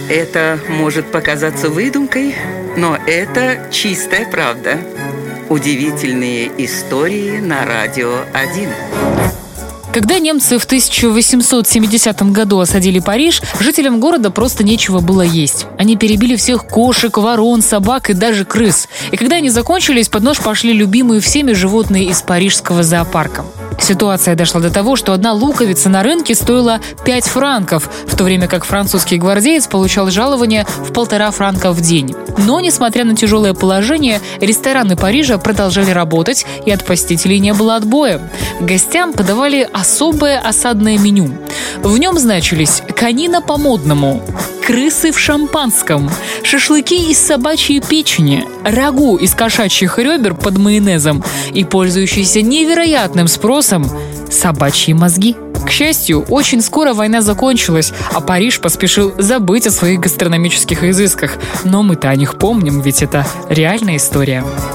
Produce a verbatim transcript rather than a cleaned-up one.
Это может показаться выдумкой, но это чистая правда. Удивительные истории на Радио один. Когда немцы в тысяча восемьсот семидесятом году осадили Париж, жителям города просто нечего было есть. Они перебили всех кошек, ворон, собак и даже крыс. И когда они закончились, под нож пошли любимые всеми животные из парижского зоопарка. Ситуация дошла до того, что одна луковица на рынке стоила пять франков, в то время как французский гвардеец получал жалование в полтора франка в день. Но, несмотря на тяжелое положение, рестораны Парижа продолжали работать, и от посетителей не было отбоя. Гостям подавали особое осадное меню. В нем значились конина по-модному, крысы в шампанском, шашлыки из собачьей печени, рагу из кошачьих ребер под майонезом и пользующиеся невероятным спросом собачьи мозги. К счастью, очень скоро война закончилась, а Париж поспешил забыть о своих гастрономических изысках. Но мы-то о них помним, ведь это реальная история.